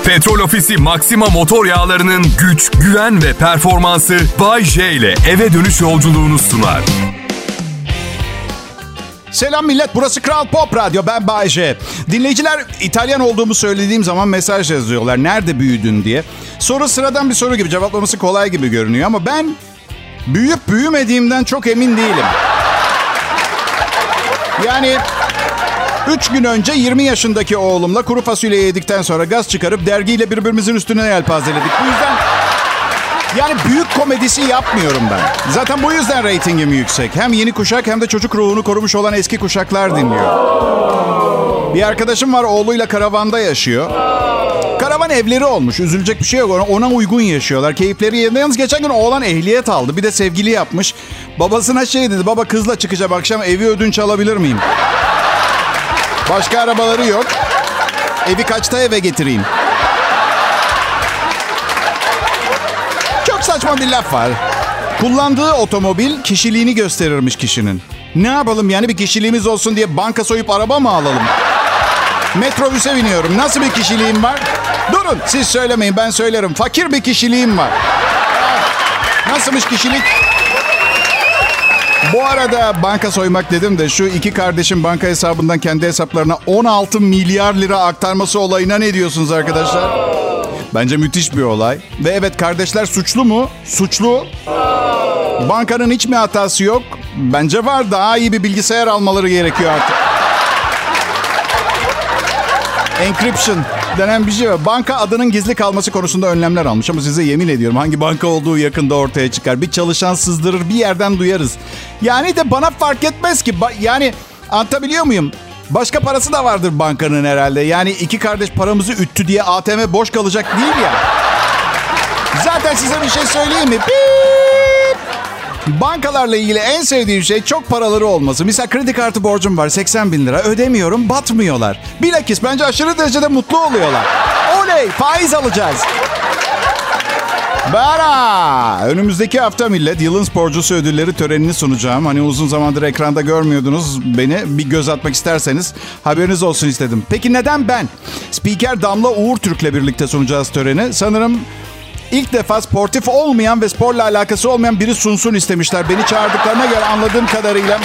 Petrol Ofisi Maxima motor yağlarının güç, güven ve performansı Bay J ile eve dönüş yolculuğunu sunar. Selam millet, burası Kral Pop Radyo, ben Bay J. Dinleyiciler İtalyan olduğumu söylediğim zaman mesaj yazıyorlar. Nerede büyüdün diye. Soru sıradan bir soru gibi, cevaplaması kolay gibi görünüyor ama ben büyüyüp büyümediğimden çok emin değilim. Yani 3 gün önce 20 yaşındaki oğlumla kuru fasulye yedikten sonra gaz çıkarıp dergiyle birbirimizin üstüne yelpazeledik. Bu yüzden yani büyük komedisi yapmıyorum ben. Zaten bu yüzden reytingim yüksek. Hem yeni kuşak hem de çocuk ruhunu korumuş olan eski kuşaklar dinliyor. Bir arkadaşım var, oğluyla karavanda yaşıyor. Karavan evleri olmuş. Üzülecek bir şey yok. Ona uygun yaşıyorlar. Keyifleri yerinde. Yalnız geçen gün oğlan ehliyet aldı. Bir de sevgili yapmış. Babasına şey dedi. Baba, kızla çıkacağım akşam, evi ödünç alabilir miyim? Başka arabaları yok. Evi kaçta eve getireyim? Çok saçma bir laf var. Kullandığı otomobil kişiliğini gösterirmiş kişinin. Ne yapalım yani, bir kişiliğimiz olsun diye banka soyup araba mı alalım? Metrobüse biniyorum. Nasıl bir kişiliğim var? Durun, siz söylemeyin, ben söylerim. Fakir bir kişiliğim var. Nasılmış kişilik? Bu arada banka soymak dedim de şu iki kardeşin banka hesabından kendi hesaplarına 16 milyar lira aktarması olayına ne diyorsunuz arkadaşlar? Bence müthiş bir olay. Ve evet, kardeşler suçlu mu? Suçlu. Bankanın hiç mi hatası yok? Bence var. Daha iyi bir bilgisayar almaları gerekiyor artık. Encryption denen bir şey var. Banka adının gizli kalması konusunda önlemler almış. Ama size yemin ediyorum, hangi banka olduğu yakında ortaya çıkar. Bir çalışan sızdırır, bir yerden duyarız. Yani de bana fark etmez ki. Yani anlatabiliyor muyum? Başka parası da vardır bankanın herhalde. Yani iki kardeş paramızı üttü diye ATM boş kalacak değil ya. Zaten size bir şey söyleyeyim mi? Bankalarla ilgili en sevdiğim şey çok paraları olması. Mesela kredi kartı borcum var 80 bin lira. Ödemiyorum, batmıyorlar. Bilakis bence aşırı derecede mutlu oluyorlar. Oley, faiz alacağız. Bara! Önümüzdeki hafta millet, yılın sporcusu ödülleri törenini sunacağım. Hani uzun zamandır ekranda görmüyordunuz beni. Bir göz atmak isterseniz haberiniz olsun istedim. Peki neden ben? Spiker Damla Uğurtürk'le birlikte sunacağız töreni. Sanırım İlk defa sportif olmayan ve sporla alakası olmayan biri sunsun istemişler. Beni çağırdıklarına göre anladığım kadarıyla.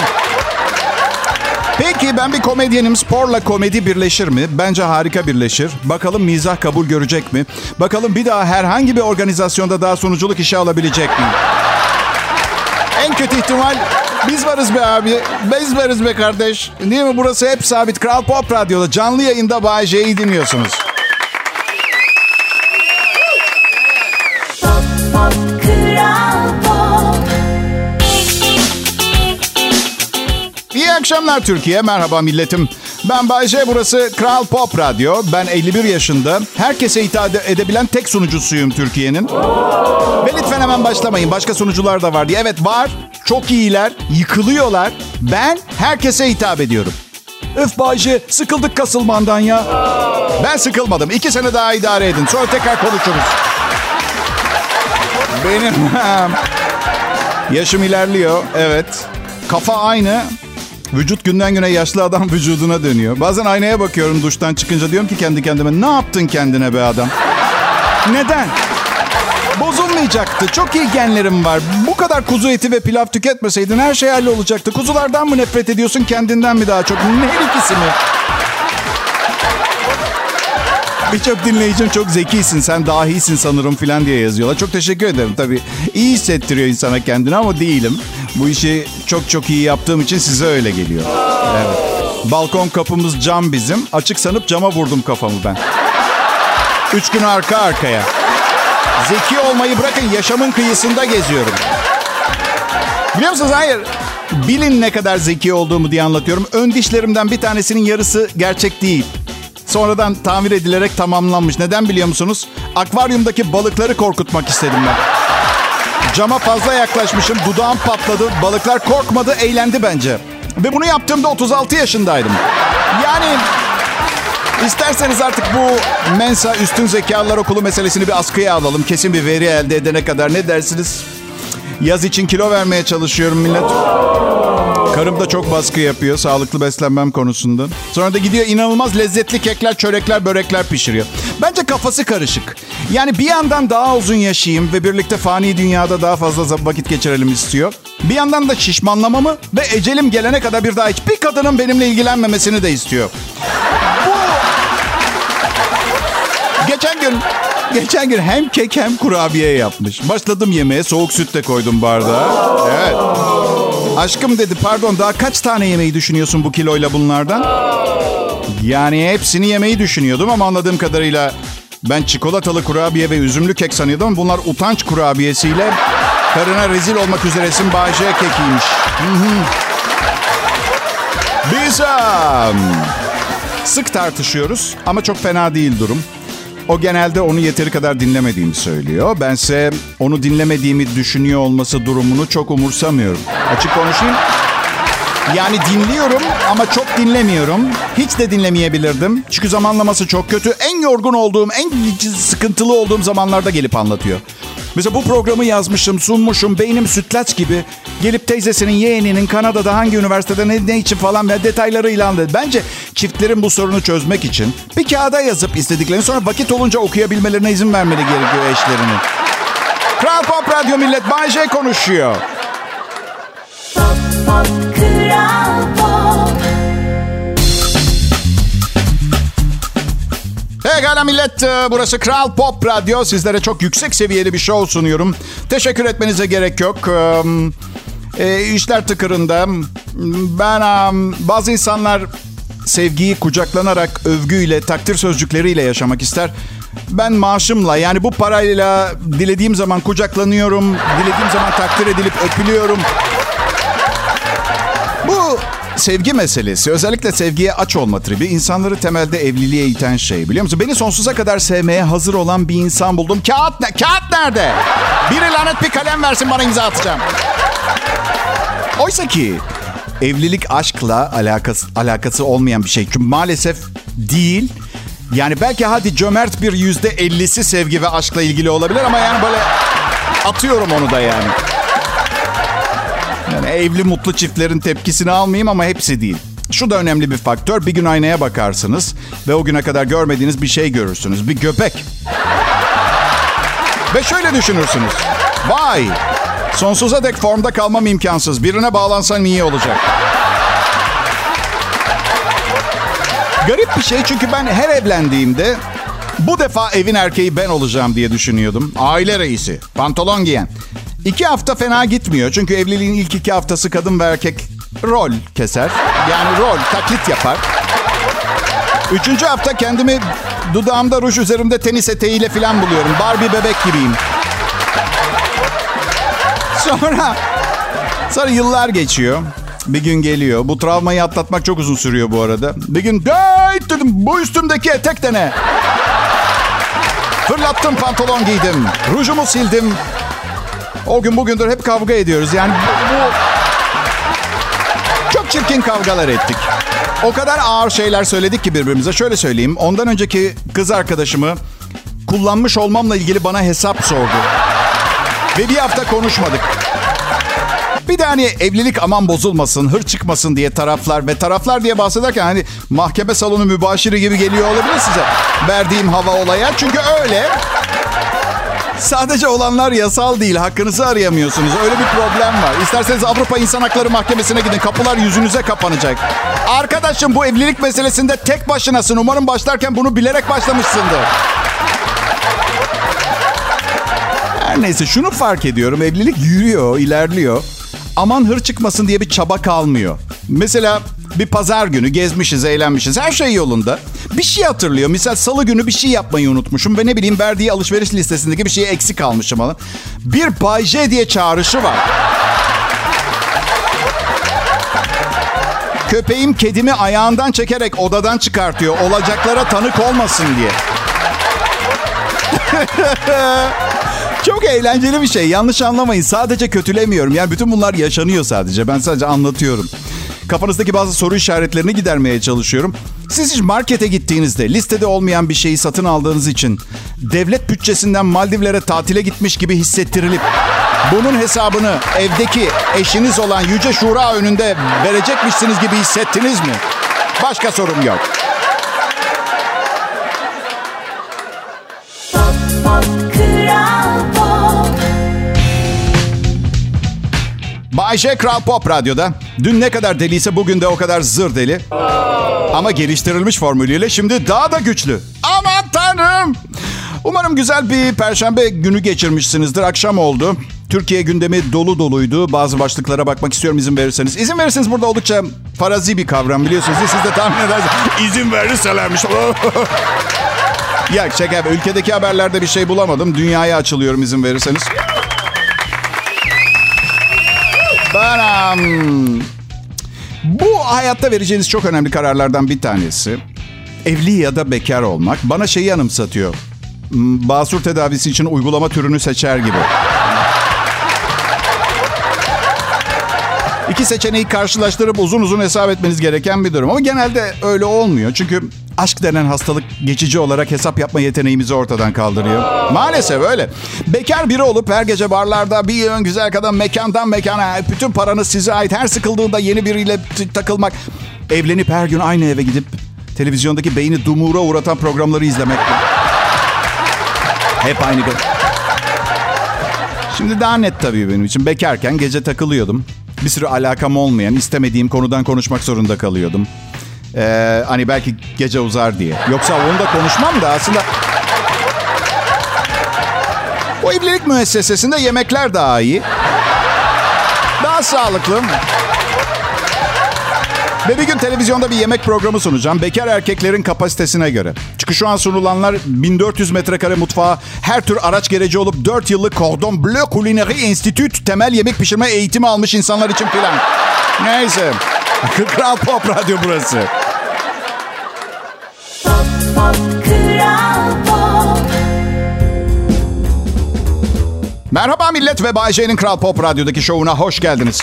Peki ben bir komedyenim. Sporla komedi birleşir mi? Bence harika birleşir. Bakalım mizah kabul görecek mi? Bakalım bir daha herhangi bir organizasyonda daha sunuculuk işe alabilecek miyim? En kötü ihtimal biz varız be abi. Biz varız be kardeş. Değil mi? Burası hep sabit. Kral Pop Radyo'da canlı yayında Bay J'yi dinliyorsunuz. İyi akşamlar Türkiye. Merhaba milletim. Ben Bay J, burası Kral Pop Radyo. Ben 51 yaşında. Herkese hitap edebilen tek sunucusuyum Türkiye'nin. Ve lütfen hemen başlamayın. Başka sunucular da var diye. Evet var. Çok iyiler. Yıkılıyorlar. Ben herkese hitap ediyorum. Öf Bay J, sıkıldık kasılmandan ya. Ben sıkılmadım. 2 sene daha idare edin. Sonra tekrar konuşuruz. Benim yaşım ilerliyor. Evet. Kafa aynı. Vücut günden güne yaşlı adam vücuduna dönüyor. Bazen aynaya bakıyorum duştan çıkınca, diyorum ki kendi kendime, ne yaptın kendine be adam? Neden? Bozulmayacaktı. Çok iyi genlerim var. Bu kadar kuzu eti ve pilav tüketmeseydin her şey hallolacaktı. Kuzulardan mı nefret ediyorsun, kendinden mi daha çok? Her ikisi mi? Birçok dinleyicim çok zekisin, sen dahisin sanırım falan diye yazıyorlar. Çok teşekkür ederim tabii. İyi hissettiriyor insana kendini ama değilim. Bu işi çok çok iyi yaptığım için size öyle geliyor. Evet. Balkon kapımız cam bizim. Açık sanıp cama vurdum kafamı ben. 3 gün arka arkaya. Zeki olmayı bırakın, yaşamın kıyısında geziyorum. Biliyor musunuz? Hayır. Bilin ne kadar zeki olduğumu diye anlatıyorum. Ön dişlerimden bir tanesinin yarısı gerçek değil. Sonradan tamir edilerek tamamlanmış. Neden biliyor musunuz? Akvaryumdaki balıkları korkutmak istedim ben. Cama fazla yaklaşmışım. Dudağım patladı. Balıklar korkmadı, eğlendi bence. Ve bunu yaptığımda 36 yaşındaydım. Yani isterseniz artık bu Mensa Üstün Zekalılar Okulu meselesini bir askıya alalım. Kesin bir veri elde edene kadar, ne dersiniz? Yaz için kilo vermeye çalışıyorum millet. Karım da çok baskı yapıyor sağlıklı beslenmem konusunda. Sonra da gidiyor inanılmaz lezzetli kekler, çörekler, börekler pişiriyor. Bence kafası karışık. Yani bir yandan daha uzun yaşayayım ve birlikte fani dünyada daha fazla vakit geçirelim istiyor. Bir yandan da şişmanlamamı ve ecelim gelene kadar bir daha hiçbir kadının benimle ilgilenmemesini de istiyor. Geçen gün hem kek hem kurabiye yapmış. Başladım yemeğe, soğuk süt de koydum bardağa. Evet. Aşkım dedi, pardon daha kaç tane yemeği düşünüyorsun bu kiloyla bunlardan? Yani hepsini yemeyi düşünüyordum ama anladığım kadarıyla ben çikolatalı kurabiye ve üzümlü kek sanıyordum. Bunlar utanç kurabiyesiyle karına rezil olmak üzeresin Bay J kekiymiş. Biz sık tartışıyoruz ama çok fena değil durum. O genelde onu yeteri kadar dinlemediğimi söylüyor. Bense onu dinlemediğimi düşünüyor olması durumunu çok umursamıyorum. Açık konuşayım. Yani dinliyorum ama çok dinlemiyorum. Hiç de dinlemeyebilirdim. Çünkü zamanlaması çok kötü. En yorgun olduğum, en sıkıntılı olduğum zamanlarda gelip anlatıyor. Mesela bu programı yazmışım, sunmuşum, beynim sütlaç gibi. Gelip teyzesinin, yeğeninin Kanada'da hangi üniversitede ne için falan ve detayları ilan dedi. Bence çiftlerin bu sorunu çözmek için bir kağıda yazıp istediklerini sonra vakit olunca okuyabilmelerine izin vermeli gerekiyor eşlerinin. Kral Pop Radyo millet, Bay J konuşuyor. Pop, pop, Kral Pop. Pekala millet, burası Kral Pop Radyo. Sizlere çok yüksek seviyeli bir show sunuyorum. Teşekkür etmenize gerek yok. İşler tıkırında. Bazı insanlar sevgiyi kucaklanarak, övgüyle, takdir sözcükleriyle yaşamak ister. Ben maaşımla, yani bu parayla dilediğim zaman kucaklanıyorum. Dilediğim zaman takdir edilip öpülüyorum. Bu sevgi meselesi, özellikle sevgiye aç olma tribi insanları temelde evliliğe iten şey, biliyor musun? Beni sonsuza kadar sevmeye hazır olan bir insan buldum. Kağıt nerede? Biri lanet bir kalem versin, bana imza atacağım. Oysa ki evlilik aşkla alakası olmayan bir şey. Çünkü maalesef değil. Yani belki hadi cömert bir %50'si sevgi ve aşkla ilgili olabilir ama yani böyle atıyorum onu da yani. Yani evli mutlu çiftlerin tepkisini almayayım ama hepsi değil. Şu da önemli bir faktör. Bir gün aynaya bakarsınız ve o güne kadar görmediğiniz bir şey görürsünüz. Bir göbek. Ve şöyle düşünürsünüz. Vay! Sonsuza dek formda kalmam imkansız. Birine bağlansam iyi olacak. Garip bir şey çünkü ben her evlendiğimde bu defa evin erkeği ben olacağım diye düşünüyordum. Aile reisi, pantolon giyen. 2 hafta fena gitmiyor. Çünkü evliliğin ilk 2 haftası kadın ve erkek rol keser. Yani rol, taklit yapar. 3. hafta kendimi dudağımda ruj, üzerimde tenis eteğiyle falan buluyorum. Barbie bebek gibiyim. Sonra yıllar geçiyor. Bir gün geliyor. Bu travmayı atlatmak çok uzun sürüyor bu arada. Bir gün dedim, bu üstümdeki etek de ne? Fırlattım, pantolon giydim. Rujumu sildim. O gün bugündür hep kavga ediyoruz. Yani bu çok çirkin kavgalar ettik. O kadar ağır şeyler söyledik ki birbirimize. Şöyle söyleyeyim. Ondan önceki kız arkadaşımı kullanmış olmamla ilgili bana hesap sordu. Ve bir hafta konuşmadık. Bir de hani evlilik aman bozulmasın, hır çıkmasın diye taraflar diye bahsederken hani mahkeme salonu mübaşiri gibi geliyor olabilir size verdiğim hava olaya. Çünkü öyle. Sadece olanlar yasal değil. Hakkınızı arayamıyorsunuz. Öyle bir problem var. İsterseniz Avrupa İnsan Hakları Mahkemesi'ne gidin. Kapılar yüzünüze kapanacak. Arkadaşım, bu evlilik meselesinde tek başınasın. Umarım başlarken bunu bilerek başlamışsındır. Her neyse, şunu fark ediyorum. Evlilik yürüyor, ilerliyor. Aman hır çıkmasın diye bir çaba kalmıyor. Mesela bir pazar günü gezmişiz, eğlenmişiz. Her şey yolunda. Bir şey hatırlıyor. Misal salı günü bir şey yapmayı unutmuşum. Ve ne bileyim verdiği alışveriş listesindeki bir şeye eksik kalmışım. Bir Bay J diye çağrışı var. Köpeğim kedimi ayağından çekerek odadan çıkartıyor. Olacaklara tanık olmasın diye. Çok eğlenceli bir şey. Yanlış anlamayın. Sadece kötülemiyorum. Yani bütün bunlar yaşanıyor sadece. Ben sadece anlatıyorum. Kafanızdaki bazı soru işaretlerini gidermeye çalışıyorum. Siz hiç markete gittiğinizde listede olmayan bir şeyi satın aldığınız için devlet bütçesinden Maldivlere tatile gitmiş gibi hissettirilip Bunun hesabını evdeki eşiniz olan Yüce Şura önünde verecekmişsiniz gibi hissettiniz mi? Başka sorum yok. Bay J Kral Pop Radyo'da. Dün ne kadar deliyse bugün de o kadar zır deli. Ama geliştirilmiş formülüyle şimdi daha da güçlü. Aman tanrım. Umarım güzel bir perşembe günü geçirmişsinizdir. Akşam oldu. Türkiye gündemi dolu doluydu. Bazı başlıklara bakmak istiyorum izin verirseniz. İzin verirseniz burada oldukça farazi bir kavram biliyorsunuz. Siz de tahmin edersiniz. İzin verirselermiş. Ya şaka, ülkedeki haberlerde bir şey bulamadım. Dünyaya açılıyorum izin verirseniz. Bu hayatta vereceğiniz çok önemli kararlardan bir tanesi. Evli ya da bekar olmak. Bana şeyi anımsatıyor. Basur tedavisi için uygulama türünü seçer gibi. İki seçeneği karşılaştırıp uzun uzun hesap etmeniz gereken bir durum. Ama genelde öyle olmuyor. Çünkü aşk denen hastalık geçici olarak hesap yapma yeteneğimizi ortadan kaldırıyor. Maalesef öyle. Bekar biri olup her gece barlarda bir yığın güzel kadın mekandan mekana, bütün paranız size ait, her sıkıldığında yeni biriyle takılmak. Evlenip her gün aynı eve gidip televizyondaki beyni dumura uğratan programları izlemek. Hep aynı. Şimdi daha net tabii benim için. Bekarken gece takılıyordum. Bir sürü alakam olmayan, istemediğim konudan konuşmak zorunda kalıyordum. Hani belki gece uzar diye. Yoksa onu da konuşmam da aslında... O evlilik müessesesinde yemekler daha iyi. Daha sağlıklı. Ve bir gün televizyonda bir yemek programı sunacağım. Bekar erkeklerin kapasitesine göre. Çünkü şu an sunulanlar 1400 metrekare mutfağa, her tür araç gereci olup 4 yıllık Cordon Bleu Culinary Institute temel yemek pişirme eğitimi almış insanlar için filan. Neyse. Kral Pop Radyo burası. Merhaba millet ve Bay J'nin Kral Pop Radyo'daki şovuna hoş geldiniz.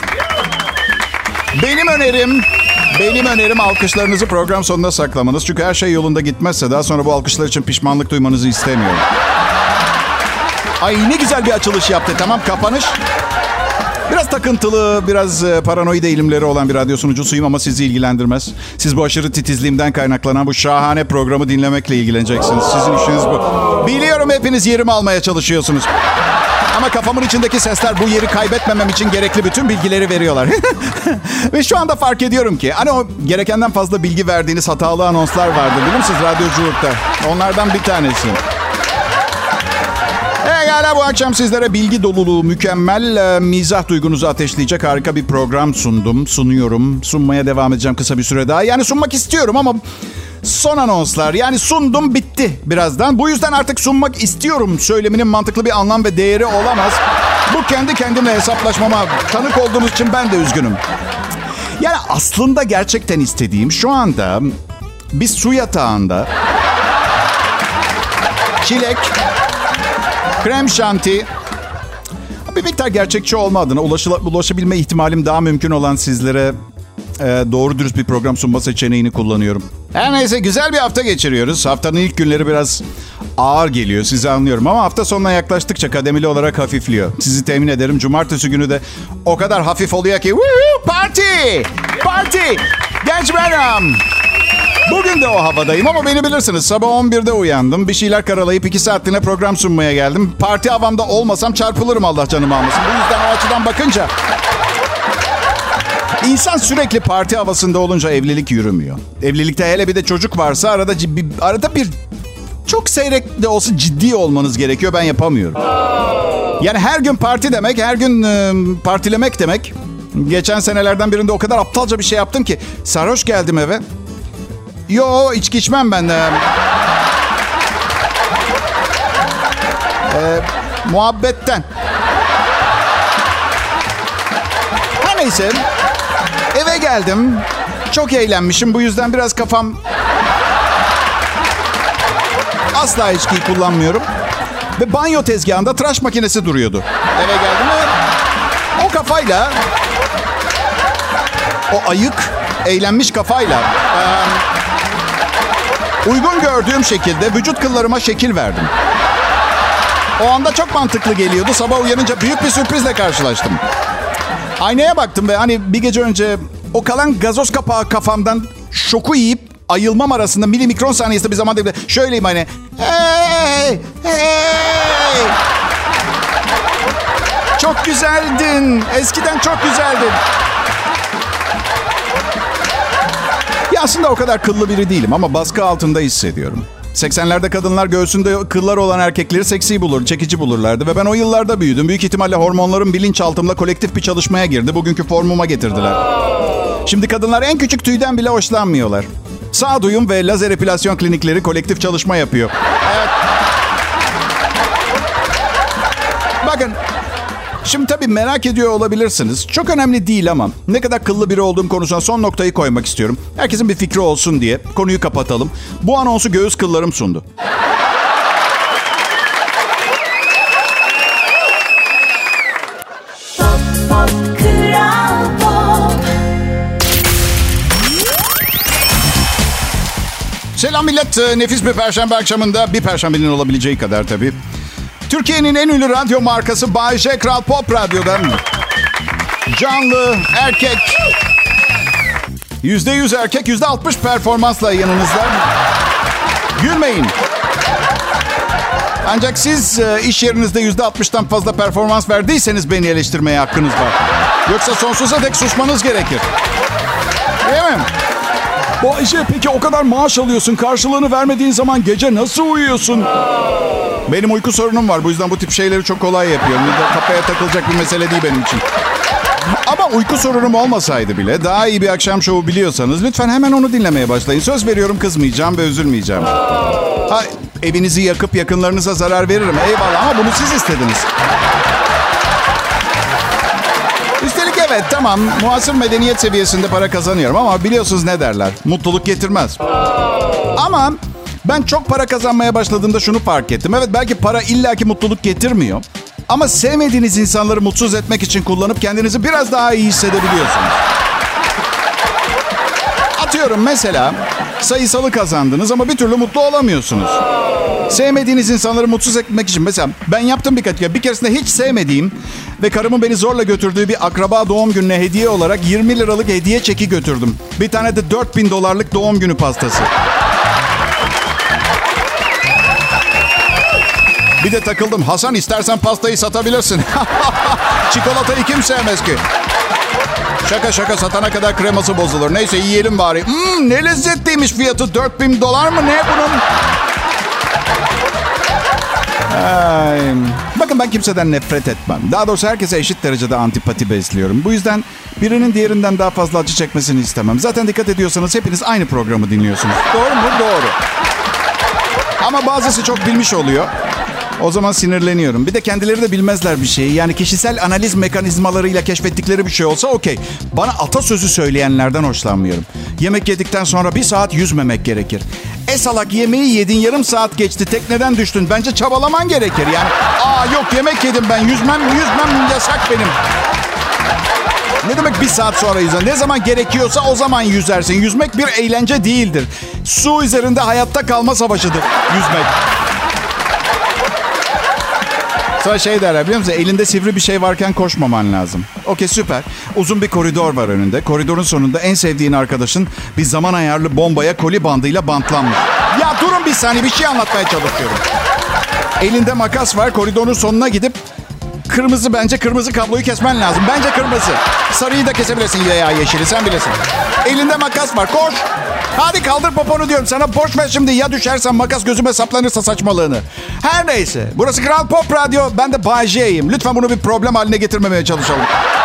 Benim önerim alkışlarınızı program sonuna saklamanız. Çünkü her şey yolunda gitmezse daha sonra bu alkışlar için pişmanlık duymanızı istemiyorum. Ay ne güzel bir açılış yaptı. Tamam, kapanış. Biraz takıntılı, biraz paranoid eğilimleri olan bir radyo sunucusuyum ama sizi ilgilendirmez. Siz bu aşırı titizliğimden kaynaklanan bu şahane programı dinlemekle ilgileneceksiniz. Sizin işiniz bu. Biliyorum hepiniz yerimi almaya çalışıyorsunuz. Ama kafamın içindeki sesler bu yeri kaybetmemem için gerekli bütün bilgileri veriyorlar. Ve şu anda fark ediyorum ki hani o gerekenden fazla bilgi verdiğiniz hatalı anonslar vardı biliyor musunuz radyoculukta? Onlardan bir tanesi. Pekala, bu akşam sizlere bilgi doluluğu mükemmel, mizah duygunuzu ateşleyecek harika bir program sunuyorum. Sunmaya devam edeceğim kısa bir süre daha. Yani sunmak istiyorum ama son anonslar. Yani sundum, bitti birazdan. Bu yüzden artık sunmak istiyorum söyleminin mantıklı bir anlam ve değeri olamaz. Bu kendi kendimle hesaplaşmama tanık olduğunuz için ben de üzgünüm. Yani aslında gerçekten istediğim şu anda bir su yatağında çilek, krem şanti, bir miktar gerçekçi olma adına ulaşabilme ihtimalim daha mümkün olan sizlere doğru dürüst bir program sunma seçeneğini kullanıyorum. Her neyse, güzel bir hafta geçiriyoruz. Haftanın ilk günleri biraz ağır geliyor, sizi anlıyorum. Ama hafta sonuna yaklaştıkça kademeli olarak hafifliyor. Sizi temin ederim, cumartesi günü de o kadar hafif oluyor ki parti! Parti! Genç benim! Bugün de o havadayım ama beni bilirsiniz. Sabah 11'de uyandım. Bir şeyler karalayıp 2 saatliğine program sunmaya geldim. Parti havamda olmasam çarpılırım, Allah canımı almasın. Bu yüzden o açıdan bakınca... İnsan sürekli parti havasında olunca evlilik yürümüyor. Evlilikte hele bir de çocuk varsa arada bir çok seyrek de olsa ciddi olmanız gerekiyor. Ben yapamıyorum. Yani her gün parti demek, her gün partilemek demek. Geçen senelerden birinde o kadar aptalca bir şey yaptım ki sarhoş geldim eve. Yo, içki içmem ben. Muhabbetten. Her neyse. Eve geldim. Çok eğlenmişim. Bu yüzden biraz kafam... Asla içkiyi kullanmıyorum. Ve banyo tezgahında tıraş makinesi duruyordu. Eve geldim ve o kafayla... O ayık, eğlenmiş kafayla... uygun gördüğüm şekilde vücut kıllarıma şekil verdim. O anda çok mantıklı geliyordu. Sabah uyanınca büyük bir sürprizle karşılaştım. Aynaya baktım ve hani bir gece önce o kalan gazoz kapağı kafamdan şoku yiyip ayılmam arasında milimikron saniyesinde bir zaman değil. Şöyleyim hani. Hey! Hey! Çok güzeldin. Eskiden çok güzeldin. Ya aslında o kadar kıllı biri değilim ama baskı altında hissediyorum. 80'lerde kadınlar göğsünde kıllar olan erkekleri seksi bulur, çekici bulurlardı. Ve ben o yıllarda büyüdüm. Büyük ihtimalle hormonlarım bilinçaltımla kolektif bir çalışmaya girdi. Bugünkü formuma getirdiler. Şimdi kadınlar en küçük tüyden bile hoşlanmıyorlar. Sağduyum ve lazer epilasyon klinikleri kolektif çalışma yapıyor. Evet. Bakın, şimdi tabii merak ediyor olabilirsiniz. Çok önemli değil ama ne kadar kıllı biri olduğum konusuna son noktayı koymak istiyorum. Herkesin bir fikri olsun diye konuyu kapatalım. Bu anonsu göğüs kıllarım sundu. Selam millet. Nefis bir perşembe akşamında, bir perşembenin olabileceği kadar tabii. Türkiye'nin en ünlü radyo markası Bay J Kral Pop Radyo'dan canlı, erkek, %100 erkek, %60 performansla yanınızda. Gülmeyin. Ancak siz iş yerinizde %60'tan fazla performans verdiyseniz beni eleştirmeye hakkınız var. Yoksa sonsuza dek susmanız gerekir. Değil mi? Bay J, peki o kadar maaş alıyorsun, karşılığını vermediğin zaman gece nasıl uyuyorsun? Benim uyku sorunum var. Bu yüzden bu tip şeyleri çok kolay yapıyorum. Kafaya takılacak bir mesele değil benim için. Ama uyku sorunum olmasaydı bile daha iyi bir akşam şovu biliyorsanız lütfen hemen onu dinlemeye başlayın. Söz veriyorum, kızmayacağım ve üzülmeyeceğim. Ha, evinizi yakıp yakınlarınıza zarar veririm. Eyvallah ama bunu siz istediniz. Üstelik evet, tamam, muasır medeniyet seviyesinde para kazanıyorum ama biliyorsunuz ne derler? Mutluluk getirmez. Ama ben çok para kazanmaya başladığımda şunu fark ettim. Evet, belki para illaki mutluluk getirmiyor. Ama sevmediğiniz insanları mutsuz etmek için kullanıp kendinizi biraz daha iyi hissedebiliyorsunuz. Atıyorum mesela sayısalı kazandınız ama bir türlü mutlu olamıyorsunuz. Sevmediğiniz insanları mutsuz etmek için mesela ben yaptım birkaç kere. Bir keresinde hiç sevmediğim ve karımın beni zorla götürdüğü bir akraba doğum gününe hediye olarak 20 liralık hediye çeki götürdüm. Bir tane de $4.000 doğum günü pastası. Bir de takıldım. Hasan, istersen pastayı satabilirsin. Çikolatayı kim sevmez ki? Şaka satana kadar kreması bozulur. Neyse, yiyelim bari. Ne lezzetliymiş, fiyatı $4.000 mı ne bunun? Ay. Bakın, ben kimseden nefret etmem. Daha doğrusu herkese eşit derecede antipati besliyorum. Bu yüzden birinin diğerinden daha fazla acı çekmesini istemem. Zaten dikkat ediyorsanız hepiniz aynı programı dinliyorsunuz. Doğru mu? Doğru. Ama bazısı çok bilmiş oluyor. O zaman sinirleniyorum. Bir de kendileri de bilmezler bir şeyi. Yani kişisel analiz mekanizmalarıyla keşfettikleri bir şey olsa okey. Bana atasözü söyleyenlerden hoşlanmıyorum. Yemek yedikten sonra 1 saat yüzmemek gerekir. Salak, yemeği yedin, yarım saat geçti, tekneden düştün. Bence çabalaman gerekir yani. Yok, yemek yedim ben, yüzmem yasak benim. Ne demek 1 saat sonra yüzer? Ne zaman gerekiyorsa o zaman yüzersin. Yüzmek bir eğlence değildir. Su üzerinde hayatta kalma savaşıdır yüzmek. Sonra şey derler, biliyor musun? Elinde sivri bir şey varken koşmaman lazım. Okey, süper. Uzun bir koridor var önünde. Koridorun sonunda en sevdiğin arkadaşın bir zaman ayarlı bombaya koli bandıyla bantlanmış. Ya durun bir saniye, bir şey anlatmaya çalışıyorum. Elinde makas var, koridorun sonuna gidip bence kırmızı kabloyu kesmen lazım. Bence kırmızı. Sarıyı da kesebilirsin veya yeşili, sen bilirsin. Elinde makas var, koş. Hadi kaldır poponu diyorum sana, boş ver şimdi. Ya düşersen, makas gözüme saplanırsa saçmalığını. Her neyse, burası Kral Pop Radyo. Ben de Bay J'yim. Lütfen bunu bir problem haline getirmemeye çalışalım.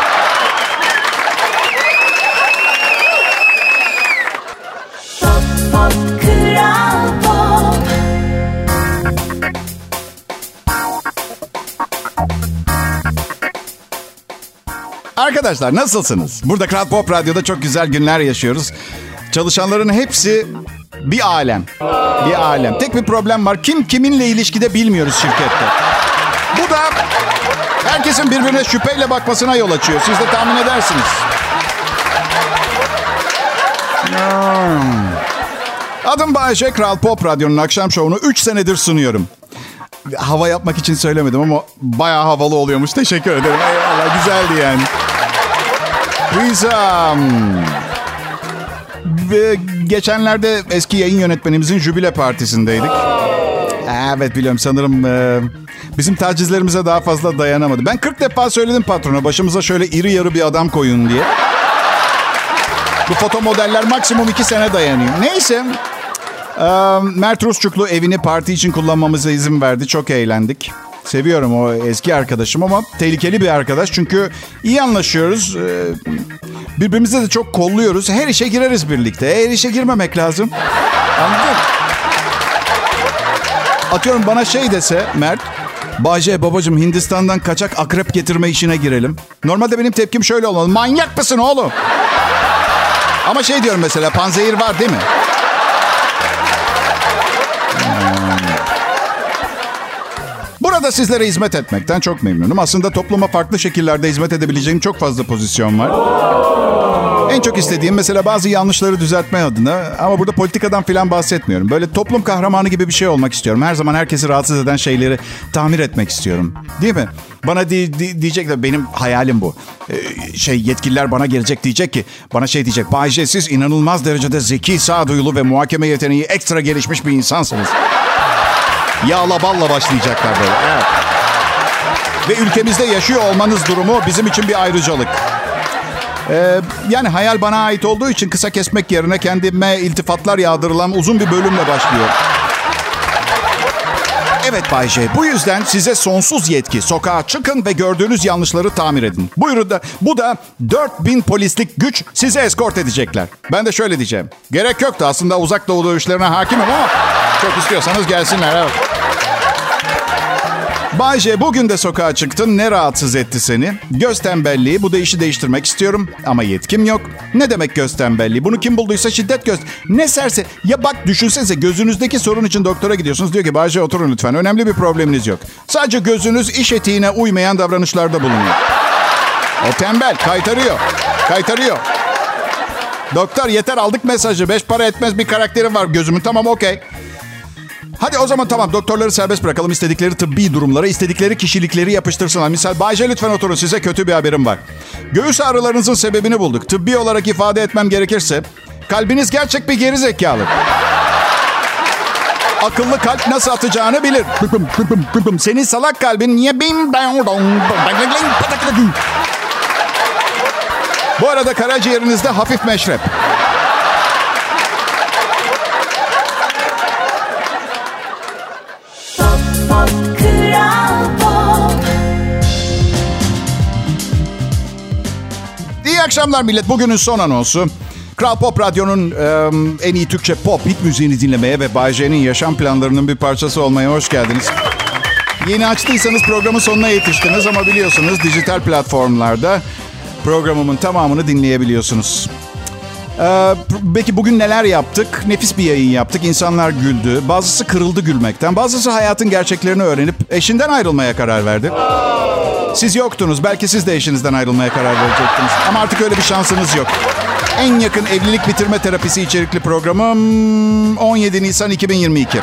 Arkadaşlar, nasılsınız? Burada Kral Pop Radyo'da çok güzel günler yaşıyoruz. Çalışanların hepsi bir alem. Bir alem. Tek bir problem var. Kim kiminle ilişkide bilmiyoruz şirkette. Bu da herkesin birbirine şüpheyle bakmasına yol açıyor. Siz de tahmin edersiniz. Adım Bay J. Kral Pop Radyo'nun akşam şovunu 3 senedir sunuyorum. hava yapmak için söylemedim ama bayağı havalı oluyormuş. Teşekkür ederim. Eyvallah, güzeldi yani. Biz geçenlerde eski yayın yönetmenimizin jübile partisindeydik. Evet biliyorum, sanırım bizim tacizlerimize daha fazla dayanamadı. Ben 40 defa söyledim patrona, başımıza şöyle iri yarı bir adam koyun diye. Bu foto modeller maksimum 2 sene dayanıyor. Neyse. Mert Rusçuklu evini parti için kullanmamıza izin verdi. Çok eğlendik. Seviyorum o eski arkadaşım ama tehlikeli bir arkadaş. Çünkü iyi anlaşıyoruz. Birbirimize de çok kolluyoruz. Her işe gireriz birlikte. Her işe girmemek lazım. Anladın? Atıyorum bana şey dese Mert. Bahçe babacığım, Hindistan'dan kaçak akrep getirme işine girelim. Normalde benim tepkim şöyle olmalı. Manyak mısın oğlum? Ama şey diyorum mesela, panzehir var değil mi? Burada sizlere hizmet etmekten çok memnunum. Aslında topluma farklı şekillerde hizmet edebileceğim çok fazla pozisyon var. En çok istediğim mesela bazı yanlışları düzeltme adına, ama burada politikadan falan bahsetmiyorum. Böyle toplum kahramanı gibi bir şey olmak istiyorum. Her zaman herkesi rahatsız eden şeyleri tamir etmek istiyorum. Değil mi? Bana diyecekler, benim hayalim bu. Yetkililer bana gelecek, diyecek ki, bana şey diyecek. Bayce, siz inanılmaz derecede zeki, sağduyulu ve muhakeme yeteneği ekstra gelişmiş bir insansınız. Yağla balla başlayacaklar böyle. Evet. Ve ülkemizde yaşıyor olmanız durumu bizim için bir ayrıcalık. Yani hayal bana ait olduğu için kısa kesmek yerine kendime iltifatlar yağdırılan uzun bir bölümle başlıyor. Evet Bay J, bu yüzden size sonsuz yetki. Sokağa çıkın ve gördüğünüz yanlışları tamir edin. Buyurun da, bu da 4000 polislik güç size eskort edecekler. Ben de şöyle diyeceğim. Gerek yoktu, aslında uzak doğu dövüşlerine hakimim ama çok istiyorsanız gelsinler. Evet. Bay J, bugün de sokağa çıktın. Ne rahatsız etti seni? Göz tembelliği. Bu da işi değiştirmek istiyorum ama yetkim yok. Ne demek göz tembelliği? Bunu kim bulduysa şiddet göz. Ne serse. Ya bak, düşünsenize, gözünüzdeki sorun için doktora gidiyorsunuz. Diyor ki Bay J, oturun lütfen. Önemli bir probleminiz yok. Sadece gözünüz iş etiğine uymayan davranışlarda bulunuyor. O tembel. Kaytarıyor. Doktor, yeter, aldık mesajı. 5 para etmez bir karakterim var gözümün. Tamam, okey. Hadi o zaman tamam, doktorları serbest bırakalım. İstedikleri tıbbi durumlara, istedikleri kişilikleri yapıştırsınlar. Misal, Bayce lütfen oturun, size kötü bir haberim var. Göğüs ağrılarınızın sebebini bulduk. Tıbbi olarak ifade etmem gerekirse, kalbiniz gerçek bir gerizekalı. Akıllı kalp nasıl atacağını bilir. Senin salak kalbin niye bim Bu arada karaciğerinizde hafif meşrep. İyi akşamlar millet. Bugünün son anonsu. Kral Pop Radyo'nun en iyi Türkçe pop hit müziğini dinlemeye ve Bay J'nin yaşam planlarının bir parçası olmaya hoş geldiniz. Yeni açtıysanız programın sonuna yetiştiniz ama biliyorsunuz dijital platformlarda programımın tamamını dinleyebiliyorsunuz. Peki bugün neler yaptık? Nefis bir yayın yaptık. İnsanlar güldü. Bazısı kırıldı gülmekten. Bazısı hayatın gerçeklerini öğrenip eşinden ayrılmaya karar verdi. Siz yoktunuz. Belki siz de eşinizden ayrılmaya karar verecektiniz. Ama artık öyle bir şansınız yok. En yakın evlilik bitirme terapisi içerikli programım 17 Nisan 2022.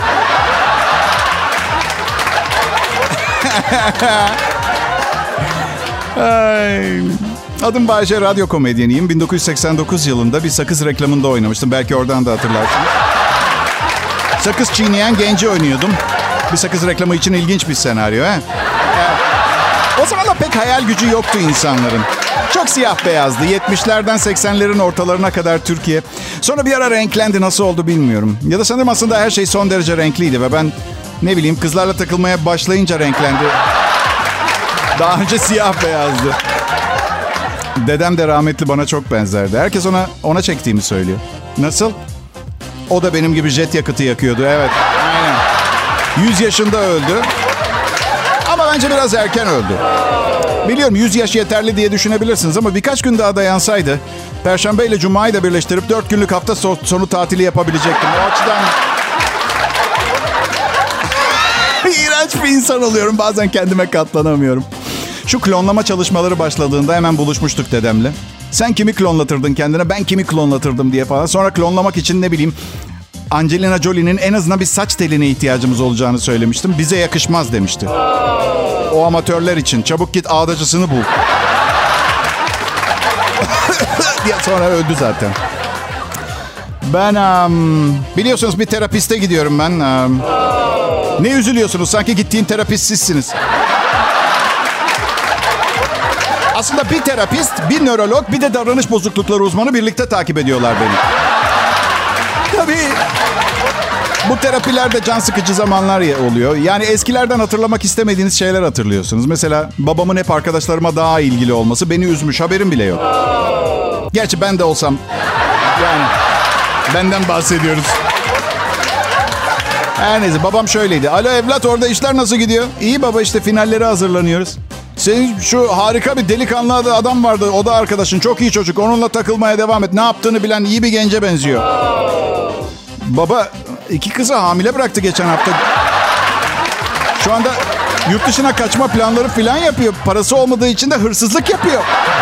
Adım Bayce, radyo komedyeniyim. 1989 yılında bir sakız reklamında oynamıştım. Belki oradan da hatırlarsınız. Sakız çiğneyen genci oynuyordum. Bir sakız reklamı için ilginç bir senaryo. O zaman da pek hayal gücü yoktu insanların. Çok siyah beyazdı. 70'lerden 80'lerin ortalarına kadar Türkiye. Sonra bir ara renklendi. Nasıl oldu bilmiyorum. Ya da sanırım aslında her şey son derece renkliydi. Ve ben ne bileyim, kızlarla takılmaya başlayınca renklendi. Daha önce siyah beyazdı. Dedem de rahmetli bana çok benzerdi. Herkes ona çektiğimi söylüyor. Nasıl? O da benim gibi jet yakıtı yakıyordu. Evet. Aynen. 100 yaşında öldü. Ama bence biraz erken öldü. Biliyorum 100 yaş yeterli diye düşünebilirsiniz ama birkaç gün daha dayansaydı Perşembe ile Cuma'yı da birleştirip 4 günlük hafta sonu tatili yapabilecektim. O açıdan İğrenç bir insan oluyorum. Bazen kendime katlanamıyorum. Şu klonlama çalışmaları başladığında hemen buluşmuştuk dedemle. Sen kimi klonlatırdın kendine, ben kimi klonlatırdım diye falan. Sonra klonlamak için ne bileyim Angelina Jolie'nin en azından bir saç teline ihtiyacımız olacağını söylemiştim. Bize yakışmaz demişti. O amatörler için çabuk git ağdacısını bul. diye sonra öldü zaten. Ben biliyorsunuz bir terapiste gidiyorum ben. Ne üzülüyorsunuz? Sanki gittiğim terapist sizsiniz. Aslında bir terapist, bir nörolog, bir de davranış bozuklukları uzmanı birlikte takip ediyorlar beni. Tabii bu terapilerde can sıkıcı zamanlar oluyor. Yani eskilerden hatırlamak istemediğiniz şeyler hatırlıyorsunuz. Mesela babamın hep arkadaşlarıma daha ilgili olması beni üzmüş, haberim bile yok. Gerçi ben de olsam, yani benden bahsediyoruz. Her neyse, babam şöyleydi. Alo evlat, orada işler nasıl gidiyor? İyi baba, işte finallere hazırlanıyoruz. Senin şu harika bir delikanlı adam vardı. O da arkadaşın. Çok iyi çocuk. Onunla takılmaya devam et. Ne yaptığını bilen iyi bir gence benziyor. Baba 2 kızı hamile bıraktı geçen hafta. Şu anda yurt dışına kaçma planları falan yapıyor. Parası olmadığı için de hırsızlık yapıyor.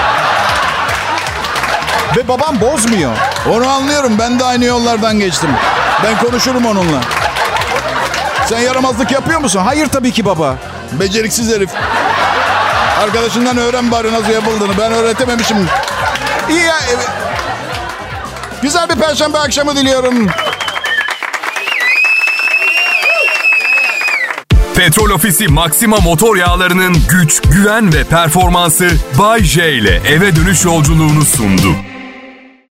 Ve babam bozmuyor. Onu anlıyorum. Ben de aynı yollardan geçtim. Ben konuşurum onunla. Sen yaramazlık yapıyor musun? Hayır tabii ki baba. Beceriksiz herif. Arkadaşından öğren bari nasıl yapıldığını. Ben öğretememişim. İyi ya. Güzel bir perşembe akşamı diliyorum. Petrol Ofisi Maxima motor yağlarının güç, güven ve performansı Bay J ile eve dönüş yolculuğunu sundu.